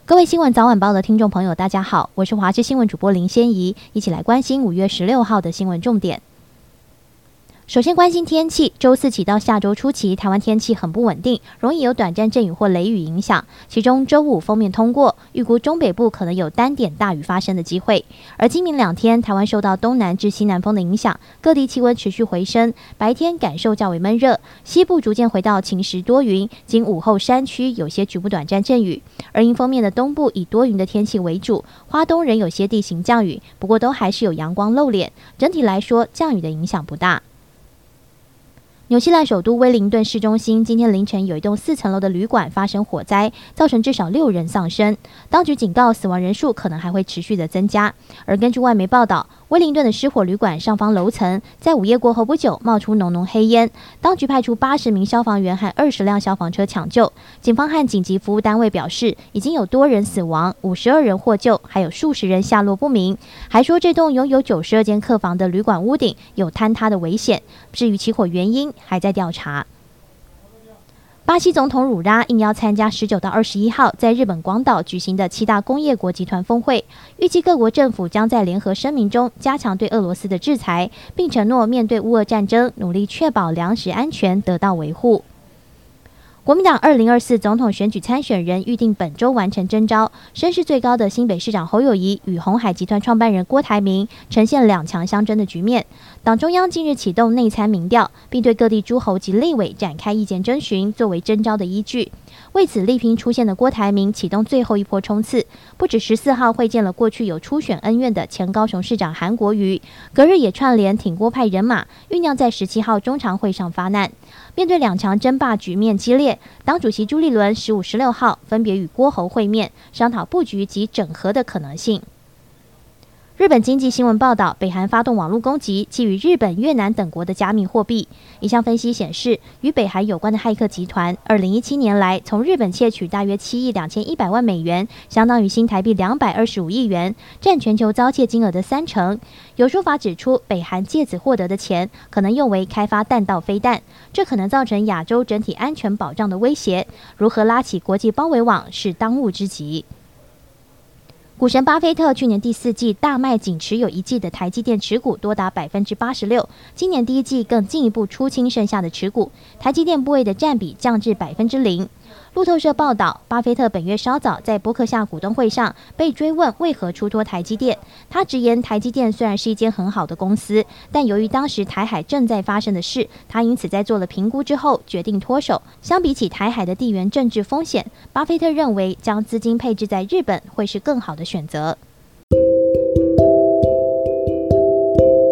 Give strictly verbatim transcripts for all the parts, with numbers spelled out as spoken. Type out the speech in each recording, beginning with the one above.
各位新闻早晚报的听众朋友大家好，我是华视新闻主播林仙怡，一起来关心五月十六号的新闻重点。首先关心天气，周四起到下周初期，台湾天气很不稳定，容易有短暂阵雨或雷雨影响。其中周五锋面通过，预估中北部可能有单点大雨发生的机会。而今明两天，台湾受到东南至西南风的影响，各地气温持续回升，白天感受较为闷热，西部逐渐回到晴时多云，经午后山区有些局部短暂阵雨。而因锋面的东部以多云的天气为主，花东仍有些地形降雨，不过都还是有阳光露脸，整体来说降雨的影响不大。纽西兰首都威灵顿市中心今天凌晨有一栋四层楼的旅馆发生火灾，造成至少六人丧生。当局警告，死亡人数可能还会持续的增加。而根据外媒报道，威灵顿的失火旅馆上方楼层在午夜过后不久冒出浓浓黑烟，当局派出八十名消防员和二十辆消防车抢救。警方和紧急服务单位表示，已经有多人死亡，五十二人获救，还有数十人下落不明。还说这栋拥有九十二间客房的旅馆屋顶有坍塌的危险。至于起火原因，还在调查。巴西总统鲁拉应邀参加十九到二十一号在日本广岛举行的七大工业国集团峰会，预计各国政府将在联合声明中加强对俄罗斯的制裁，并承诺面对乌俄战争，努力确保粮食安全得到维护。国民党二零二四总统选举参选人预定本周完成征召，声势最高的新北市长侯友宜与鸿海集团创办人郭台铭呈现两强相争的局面。党中央近日启动内参民调，并对各地诸侯及立委展开意见征询，作为征召的依据。为此力拼出现的郭台铭启动最后一波冲刺，不止十四号会见了过去有初选恩怨的前高雄市长韩国瑜，隔日也串联挺郭派人马，酝酿在十七号中常会上发难。面对两强争霸局面激烈，党主席朱立伦十五、十六号分别与郭侯会面，商讨布局及整合的可能性。日本经济新闻报道，北韩发动网络攻击，基于日本、越南等国的加密货币。一项分析显示，与北韩有关的骇客集团，二零一七年来从日本窃取大约七亿两千一百万美元，相当于新台币两百二十五亿元，占全球遭窃金额的三成。有说法指出，北韩借此获得的钱可能用为开发弹道飞弹，这可能造成亚洲整体安全保障的威胁。如何拉起国际包围网是当务之急。股神巴菲特去年第四季大卖仅持有一季的台积电持股多达百分之八十六，今年第一季更进一步出清剩下的持股，台积电部位的占比降至百分之零。路透社报道，巴菲特本月稍早在波克夏股东会上被追问为何出脱台积电，他直言台积电虽然是一间很好的公司，但由于当时台海正在发生的事，他因此在做了评估之后决定脱手。相比起台海的地缘政治风险，巴菲特认为将资金配置在日本会是更好的选择。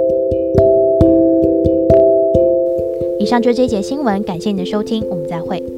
以上就是这一节新闻，感谢你的收听，我们再会。